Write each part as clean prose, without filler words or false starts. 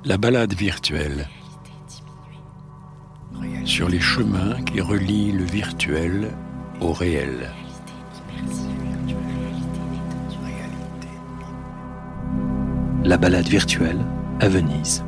La balade virtuelle. Sur les chemins qui relient le virtuel au réel. La balade virtuelle à Venise.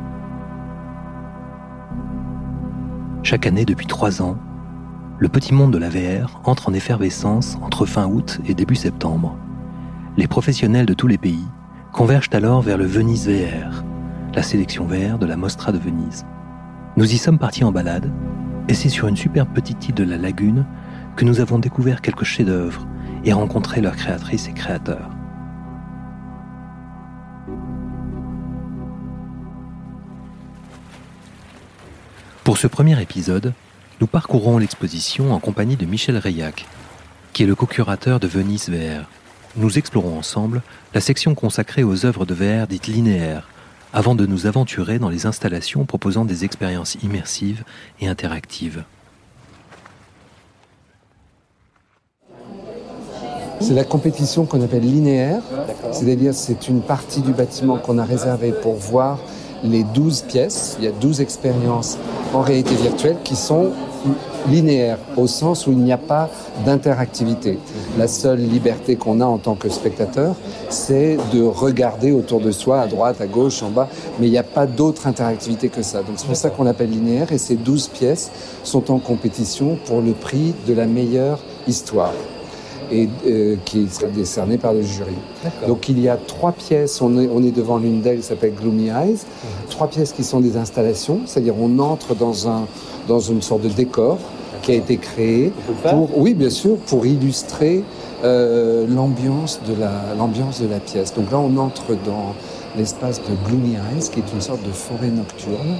Chaque année depuis 3 ans, le petit monde de la VR entre en effervescence entre fin août et début septembre. Les professionnels de tous les pays convergent alors vers le Venise VR, la sélection VR de la Mostra de Venise. Nous y sommes partis en balade, et c'est sur une superbe petite île de la Lagune que nous avons découvert quelques chefs-d'œuvre et rencontré leurs créatrices et créateurs. Pour ce premier épisode, nous parcourons l'exposition en compagnie de Michel Reillac, qui est le co-curateur de Venise VR. Nous explorons ensemble la section consacrée aux œuvres de VR dites linéaires, avant de nous aventurer dans les installations proposant des expériences immersives et interactives. C'est la compétition qu'on appelle linéaire, c'est-à-dire c'est une partie du bâtiment qu'on a réservée pour voir les 12 pièces. Il y a 12 expériences en réalité virtuelle qui sont linéaires, au sens où il n'y a pas d'interactivité. La seule liberté qu'on a en tant que spectateur, c'est de regarder autour de soi, à droite, à gauche, en bas, mais il n'y a pas d'autre interactivité que ça. Donc c'est pour ça qu'on l'appelle linéaire, et ces 12 pièces sont en compétition pour le prix de la meilleure histoire, et qui sera décerné par le jury. D'accord. Donc il y a 3 pièces, on est devant l'une d'elles qui s'appelle Gloomy Eyes, 3 pièces qui sont des installations, c'est-à-dire on entre dans une sorte de décor qui a été créé pour illustrer l'ambiance de la pièce. Donc là on entre dans l'espace de Gloomy Eyes, qui est une sorte de forêt nocturne.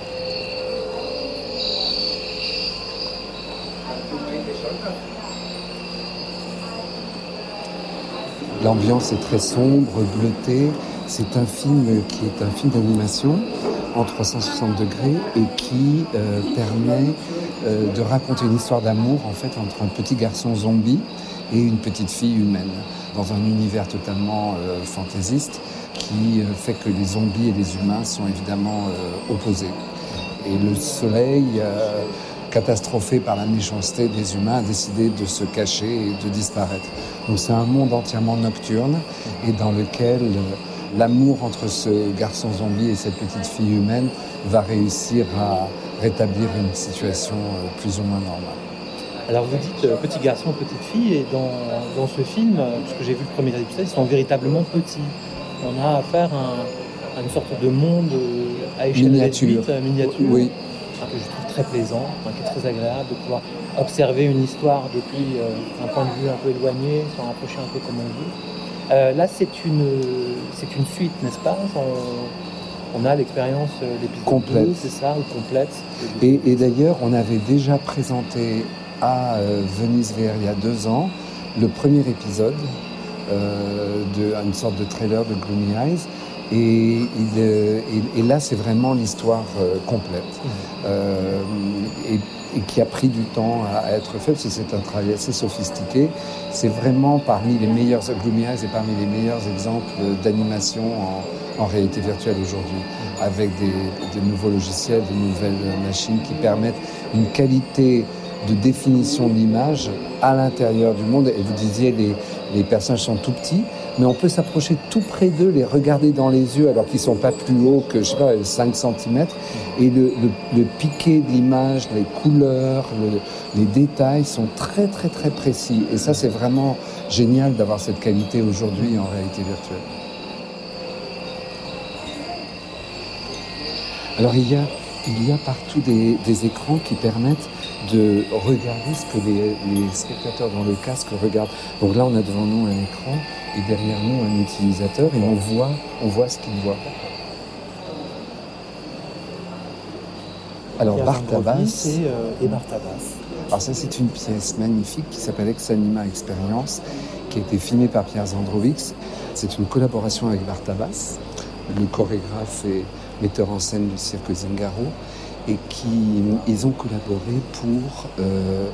L'ambiance est très sombre, bleutée. C'est un film qui est un film d'animation en 360 degrés et qui permet de raconter une histoire d'amour en fait entre un petit garçon zombie et une petite fille humaine dans un univers totalement fantaisiste qui fait que les zombies et les humains sont évidemment opposés. Et le soleil, catastrophé par la méchanceté des humains, a décidé de se cacher et de disparaître. Donc c'est un monde entièrement nocturne et dans lequel l'amour entre ce garçon zombie et cette petite fille humaine va réussir à rétablir une situation plus ou moins normale. Alors vous dites petit garçon, petite fille, et dans ce film, puisque j'ai vu le premier épisode, ils sont véritablement petits. On a affaire à une sorte de monde à échelle miniature. Miniature. Oui. Que je trouve très plaisant, qui est très agréable de pouvoir observer une histoire depuis un point de vue un peu éloigné, s'en rapprocher un peu comme on veut. Là, c'est une suite, n'est-ce pas ? On a l'expérience d'épisode complète. 2, c'est ça, ou complète. Et d'ailleurs, on avait déjà présenté à Venise VR il y a 2 ans le premier épisode une sorte de trailer de Gloomy Eyes. Et là, c'est vraiment l'histoire complète et qui a pris du temps à être fait, parce que c'est un travail assez sophistiqué. C'est vraiment parmi les meilleurs Gloomy Eyes et parmi les meilleurs exemples d'animation en réalité virtuelle aujourd'hui, avec des nouveaux logiciels, de nouvelles machines qui permettent une qualité de définition de l'image à l'intérieur du monde. Et vous disiez, les personnages sont tout petits, mais on peut s'approcher tout près d'eux, les regarder dans les yeux alors qu'ils ne sont pas plus hauts que, 5 cm. Et le piqué de l'image, les couleurs, les détails sont très, très, très précis. Et ça, c'est vraiment génial d'avoir cette qualité aujourd'hui en réalité virtuelle. Alors, il y a partout des écrans qui permettent de regarder ce que les spectateurs dans le casque regardent. Donc là, on a devant nous un écran et derrière nous un utilisateur et on voit ce qu'il voit. Alors Bartabas et Bartabas. Alors ça, c'est une pièce magnifique qui s'appelle Ex Anima Experience, qui a été filmée par Pierre Zandrovix. C'est une collaboration avec Bartabas, le chorégraphe et metteur en scène du cirque Zingaro, et ils ont collaboré pour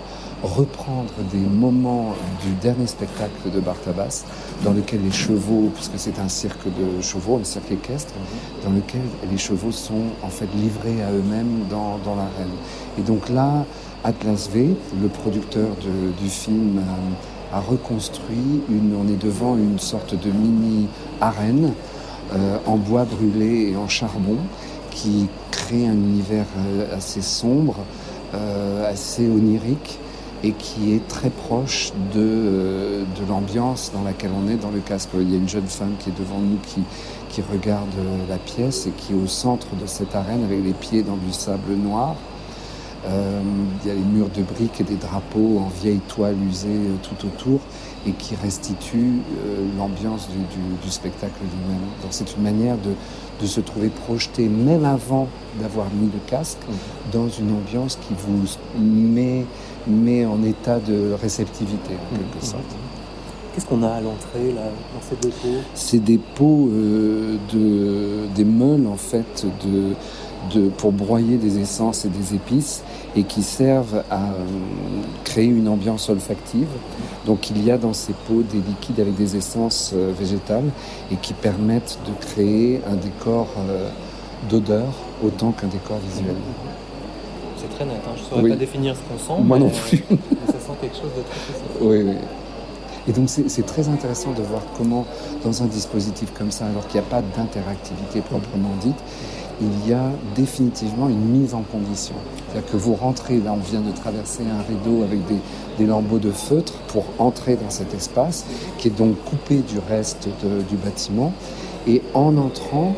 reprendre des moments du dernier spectacle de Bartabas, dans lequel les chevaux, puisque c'est un cirque de chevaux, un cirque équestre, dans lequel les chevaux sont en fait livrés à eux-mêmes dans l'arène. Et donc là, Atlas V, le producteur du film, a reconstruit on est devant une sorte de mini-arène en bois brûlé et en charbon, qui crée un univers assez sombre, assez onirique, et qui est très proche de l'ambiance dans laquelle on est dans le casque. Il y a une jeune femme qui est devant nous qui regarde la pièce et qui est au centre de cette arène avec les pieds dans du sable noir. Il y a les murs de briques et des drapeaux en vieille toile usée tout autour et qui restitue l'ambiance du spectacle lui-même. Donc c'est une manière de se trouver projeté, même avant d'avoir mis le casque, dans une ambiance qui vous met en état de réceptivité, en quelque sorte. Qu'est-ce qu'on a à l'entrée, là, dans ces deux pots ? C'est des pots, des meules, en fait, pour broyer des essences et des épices, et qui servent à créer une ambiance olfactive. Donc il y a dans ces pots des liquides avec des essences végétales et qui permettent de créer un décor d'odeur autant qu'un décor visuel. C'est très net, hein. Je ne saurais pas définir ce qu'on sent. Moi non plus. Mais ça sent quelque chose de très spécifique. Oui. Et donc c'est très intéressant de voir comment, dans un dispositif comme ça, alors qu'il n'y a pas d'interactivité proprement dite, il y a définitivement une mise en condition. C'est-à-dire que vous rentrez, là on vient de traverser un rideau avec des lambeaux de feutre pour entrer dans cet espace, qui est donc coupé du reste du bâtiment. Et en entrant,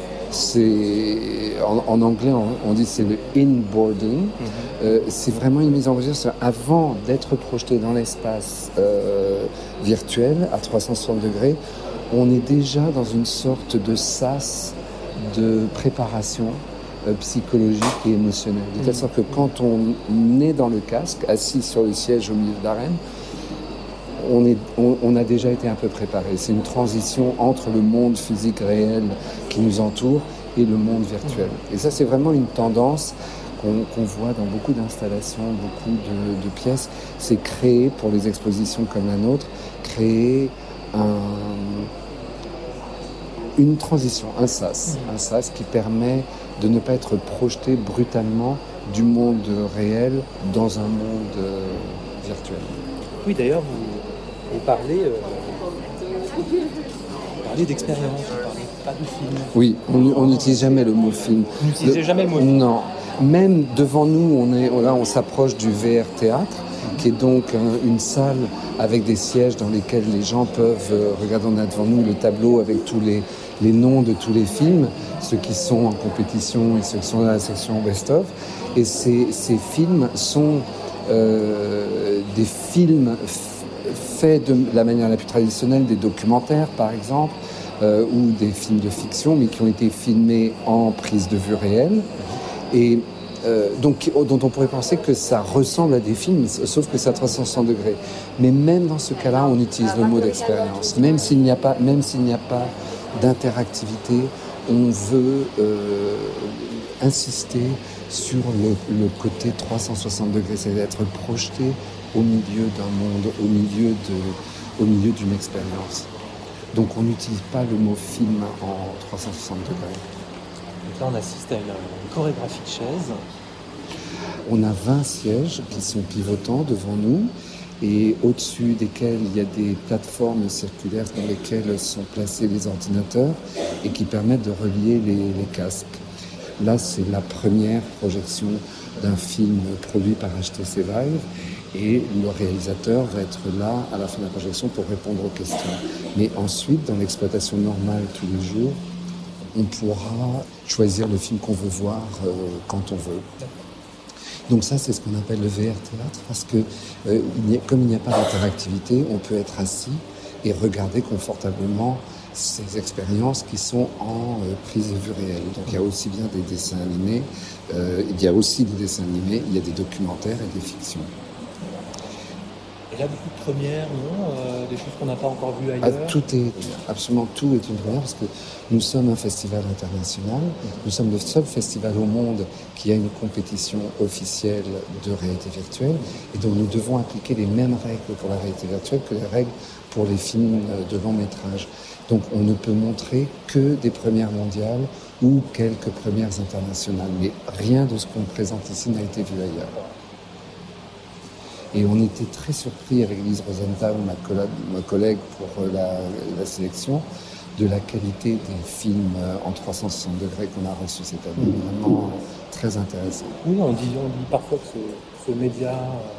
en anglais on dit c'est le inboarding. C'est vraiment une mise en condition. Avant d'être projeté dans l'espace virtuel à 360 degrés, on est déjà dans une sorte de sas de préparation psychologique et émotionnelle. De telle sorte que quand on est dans le casque, assis sur le siège au milieu de l'arène, on a déjà été un peu préparé. C'est une transition entre le monde physique réel qui nous entoure et le monde virtuel. Et ça, c'est vraiment une tendance qu'on voit dans beaucoup d'installations, beaucoup de pièces. C'est créer, pour les expositions comme la nôtre, créer une transition, un sas qui permet de ne pas être projeté brutalement du monde réel dans un monde virtuel. Oui, d'ailleurs, vous parlez d'expérience, vous parlez pas de film. Oui, on n'utilise jamais le mot film. Vous n'utilisez jamais le mot film. Non. Même devant nous, on s'approche du VR Théâtre, qui est donc une salle avec des sièges dans lesquels les gens peuvent regarder. On a devant nous le tableau avec tous les noms de tous les films, ceux qui sont en compétition et ceux qui sont dans la section best-of. Et ces films sont des films faits de la manière la plus traditionnelle, des documentaires par exemple, ou des films de fiction, mais qui ont été filmés en prise de vue réelle. Et donc, dont on pourrait penser que ça ressemble à des films, sauf que c'est à 360 degrés. Mais même dans ce cas-là, on utilise le mot d'expérience. Même s'il n'y a pas d'interactivité, on veut insister sur le côté 360 degrés, c'est-à-dire être projeté au milieu d'un monde, au milieu d'une expérience. Donc on n'utilise pas le mot film en 360 degrés. Donc là, on assiste à une chorégraphie de chaises. On a 20 sièges qui sont pivotants devant nous et au-dessus desquels il y a des plateformes circulaires dans lesquelles sont placés les ordinateurs et qui permettent de relier les casques. Là, c'est la première projection d'un film produit par HTC Vive et le réalisateur va être là à la fin de la projection pour répondre aux questions. Mais ensuite, dans l'exploitation normale tous les jours, on pourra choisir le film qu'on veut voir quand on veut. Donc ça, c'est ce qu'on appelle le VR Théâtre, parce que comme il n'y a pas d'interactivité, on peut être assis et regarder confortablement ces expériences qui sont en prise de vue réelle. Donc il y a aussi bien des dessins animés, il y a des documentaires et des fictions. Il y a beaucoup de premières, non des choses qu'on n'a pas encore vues Ah, ailleurs. absolument tout est une première parce que nous sommes un festival international. Nous sommes le seul festival au monde qui a une compétition officielle de réalité virtuelle. Et donc nous devons appliquer les mêmes règles pour la réalité virtuelle que les règles pour les films de long métrage. Donc on ne peut montrer que des premières mondiales ou quelques premières internationales. Mais rien de ce qu'on présente ici n'a été vu ailleurs. Et on était très surpris avec Lise Rosenthal, ma collègue pour la sélection, de la qualité des films en 360 degrés qu'on a reçus cette année. Vraiment très intéressant. Oui, on dit parfois que ce média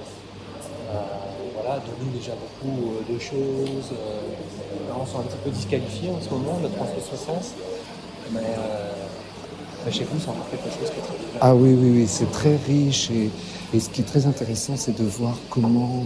domine déjà beaucoup de choses. On s'est un petit peu disqualifié en ce moment, notre 360. Mais chez vous, c'est encore quelque chose qui est très différent. Ah oui, c'est très riche. Et ce qui est très intéressant, c'est de voir comment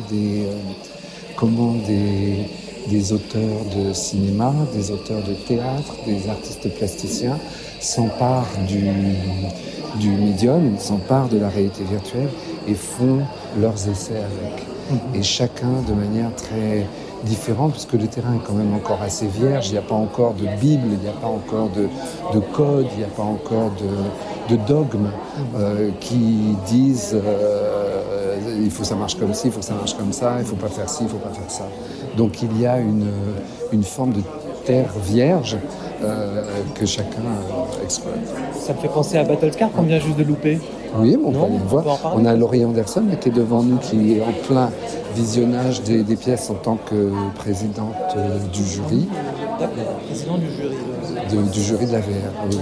des auteurs de cinéma, des auteurs de théâtre, des artistes plasticiens s'emparent du médium, s'emparent de la réalité virtuelle et font leurs essais avec. Et chacun de manière très différente, parce que le terrain est quand même encore assez vierge, il n'y a pas encore de Bible, il n'y a pas encore de code, il n'y a pas encore de dogmes qui disent il faut que ça marche comme ci, il faut que ça marche comme ça, il ne faut pas faire ci, il ne faut pas faire ça. Donc il y a une forme de terre vierge que chacun exploite. Ça me fait penser à Battlescar qu'on vient juste de louper. Oui, mais on peut aller voir. On a Laurie Anderson qui est devant nous, qui est en plein visionnage des pièces en tant que présidente du jury. Président du jury. Du jury de la VR, oui.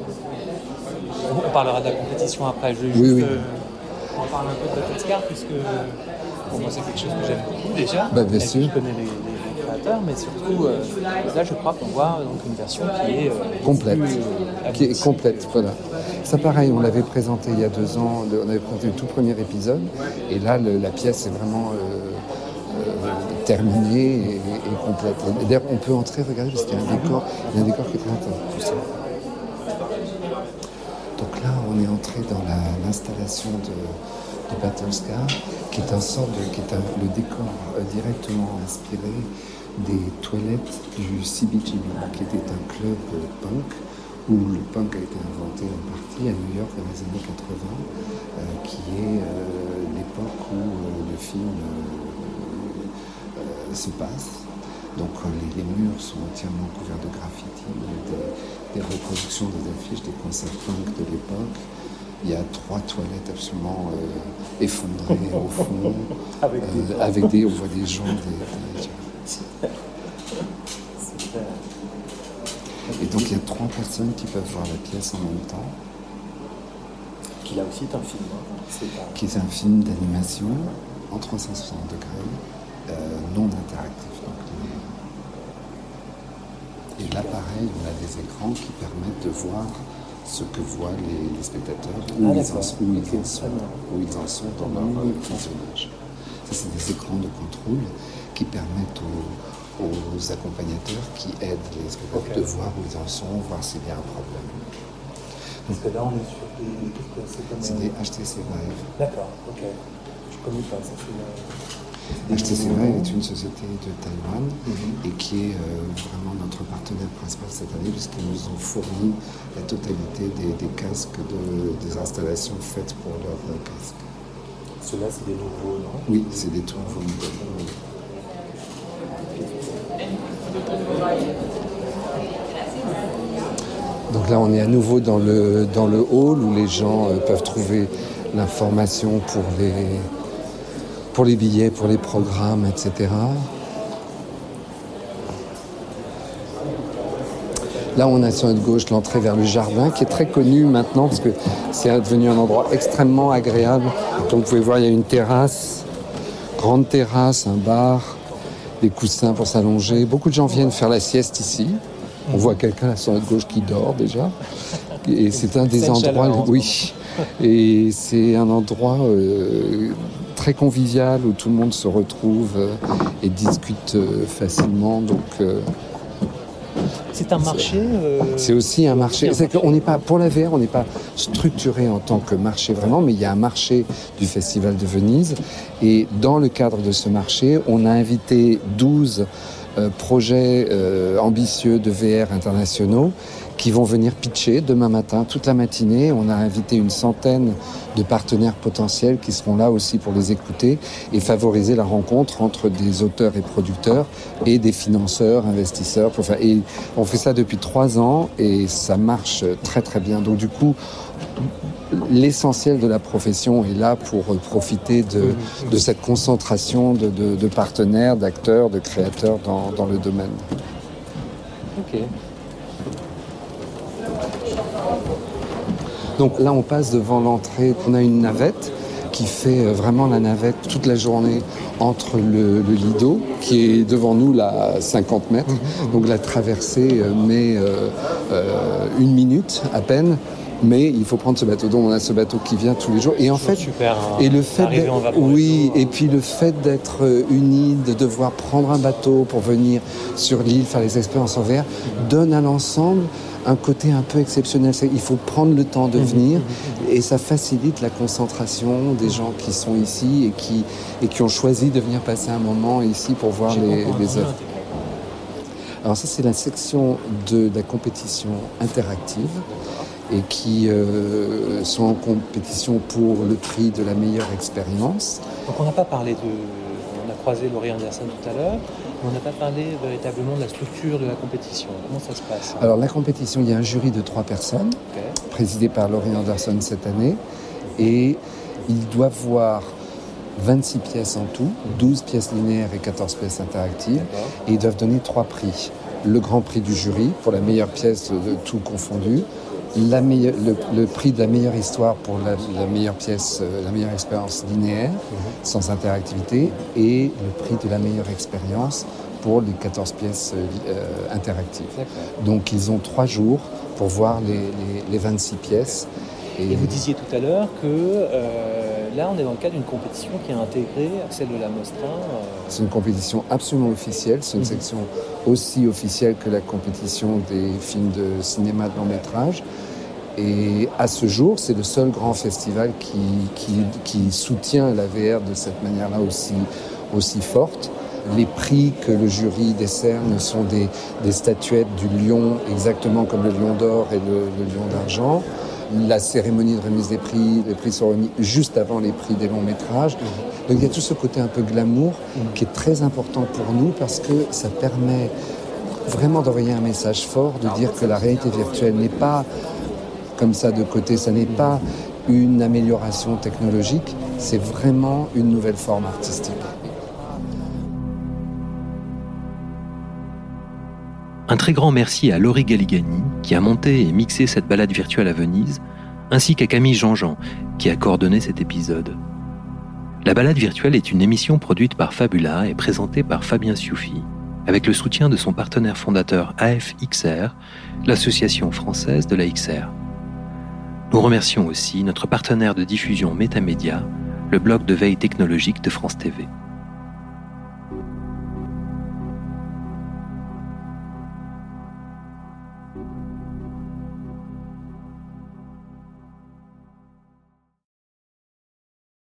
On parlera de la compétition après. On parle un peu de Battlescar, puisque pour moi c'est quelque chose que j'aime beaucoup déjà. Bien sûr. Je connais les créateurs, mais surtout là je crois qu'on voit donc une version qui est complète. Qui est complète, voilà. Ça pareil, on l'avait présenté il y a 2 ans, on avait présenté le tout premier épisode, et là la pièce est vraiment terminée et complète. Et d'ailleurs on peut entrer, regarder, parce qu'il y a un décor qui est très intéressant. Donc là, on est entré dans l'installation de Battlescar, qui est le décor directement inspiré des toilettes du CBGB, qui était un club punk, où le punk a été inventé en partie à New York dans les années 80, qui est l'époque où le film se passe. Donc les murs sont entièrement couverts de graffiti, des reproductions des affiches des concerts punk de l'époque. Il y a 3 toilettes absolument effondrées au fond, on voit des gens, Et donc il y a 3 personnes qui peuvent voir la pièce en même temps. Qui là aussi est un film. Qui est un film d'animation en 360 degrés, non interactif. Et là, pareil, on a des écrans qui permettent de voir ce que voient les spectateurs, où ils en sont dans leur visionnage. Ça, c'est des écrans de contrôle qui permettent aux accompagnateurs qui aident les spectateurs de voir où ils en sont, voir s'il y a un problème. Parce que là, on est sur c'est des HTC Vive. D'accord, ok. Je ne connais pas ça. HTC Vive est une société de Taïwan et qui est vraiment notre partenaire principal cette année, puisqu'ils nous ont fourni la totalité des casques des installations faites pour leurs casques. Ceux-là, c'est des nouveaux, non? Oui, c'est des tout nouveaux modèles. Donc là, on est à nouveau dans le hall où les gens peuvent trouver l'information pour les billets, pour les programmes, etc. Là, on a sur notre gauche l'entrée vers le jardin, qui est très connu maintenant, parce que c'est devenu un endroit extrêmement agréable. Donc, vous pouvez voir, il y a une terrasse, grande terrasse, un bar, des coussins pour s'allonger. Beaucoup de gens viennent faire la sieste ici. On voit quelqu'un là sur notre gauche qui dort déjà. Et c'est un des endroits... Oui. Et c'est un endroit... très convivial où tout le monde se retrouve et discute facilement. Donc C'est un marché. C'est aussi un marché. C'est qu'on n'est pas, pour la VR, on n'est pas structuré en tant que marché vraiment, mais il y a un marché du Festival de Venise. Et dans le cadre de ce marché, on a invité 12 projets ambitieux de VR internationaux qui vont venir pitcher demain matin, toute la matinée. On a invité une centaine de partenaires potentiels qui seront là aussi pour les écouter et favoriser la rencontre entre des auteurs et producteurs et des financeurs, investisseurs. Et on fait ça depuis 3 ans et ça marche très très bien. Donc du coup, l'essentiel de la profession est là pour profiter de cette concentration de partenaires, d'acteurs, de créateurs dans le domaine. Ok. Donc là, on passe devant l'entrée. On a une navette qui fait vraiment la navette toute la journée entre le Lido, qui est devant nous là à 50 mètres. Donc la traversée met 1 minute à peine. Mais il faut prendre ce bateau. Donc on a ce bateau qui vient tous les jours. Et en fait, super, et le fait et puis le fait d'être unis, de devoir prendre un bateau pour venir sur l'île, faire les expériences en VR, donne à l'ensemble un côté un peu exceptionnel. Il faut prendre le temps de venir et ça facilite la concentration des gens qui sont ici et qui ont choisi de venir passer un moment ici pour voir les œuvres. Alors ça, c'est la section de la compétition interactive et qui sont en compétition pour le prix de la meilleure expérience. Donc on n'a pas parlé on a croisé Laurie Anderson tout à l'heure, mais on n'a pas parlé véritablement de la structure de la compétition. Comment ça se passe ? Alors la compétition, il y a un jury de 3 personnes, présidé par Laurie Anderson cette année, et ils doivent voir 26 pièces en tout, 12 pièces linéaires et 14 pièces interactives, et ils doivent donner 3 prix. Le grand prix du jury pour la meilleure pièce de tout confondu, le prix de la meilleure histoire pour la meilleure pièce, la meilleure expérience linéaire, sans interactivité, et le prix de la meilleure expérience pour les 14 pièces interactives. Donc ils ont 3 jours pour voir les 26 pièces. Et vous disiez tout à l'heure que là, on est dans le cadre d'une compétition qui est intégrée à celle de la Mostra. C'est une compétition absolument officielle. C'est une section aussi officielle que la compétition des films de cinéma de long métrage. Et à ce jour, c'est le seul grand festival qui soutient la VR de cette manière-là aussi forte. Les prix que le jury décerne sont des statuettes du lion, exactement comme le lion d'or et le lion d'argent. La cérémonie de remise des prix, les prix sont remis juste avant les prix des longs métrages. Donc il y a tout ce côté un peu glamour qui est très important pour nous parce que ça permet vraiment d'envoyer un message fort, de dire que la réalité virtuelle n'est pas comme ça de côté, ça n'est pas une amélioration technologique, c'est vraiment une nouvelle forme artistique. Un très grand merci à Laurie Galligani, qui a monté et mixé cette balade virtuelle à Venise, ainsi qu'à Camille Jean-Jean, qui a coordonné cet épisode. La balade virtuelle est une émission produite par Fabula et présentée par Fabien Sioufi, avec le soutien de son partenaire fondateur AFXR, l'association française de la XR. Nous remercions aussi notre partenaire de diffusion Métamédia, le blog de veille technologique de France TV.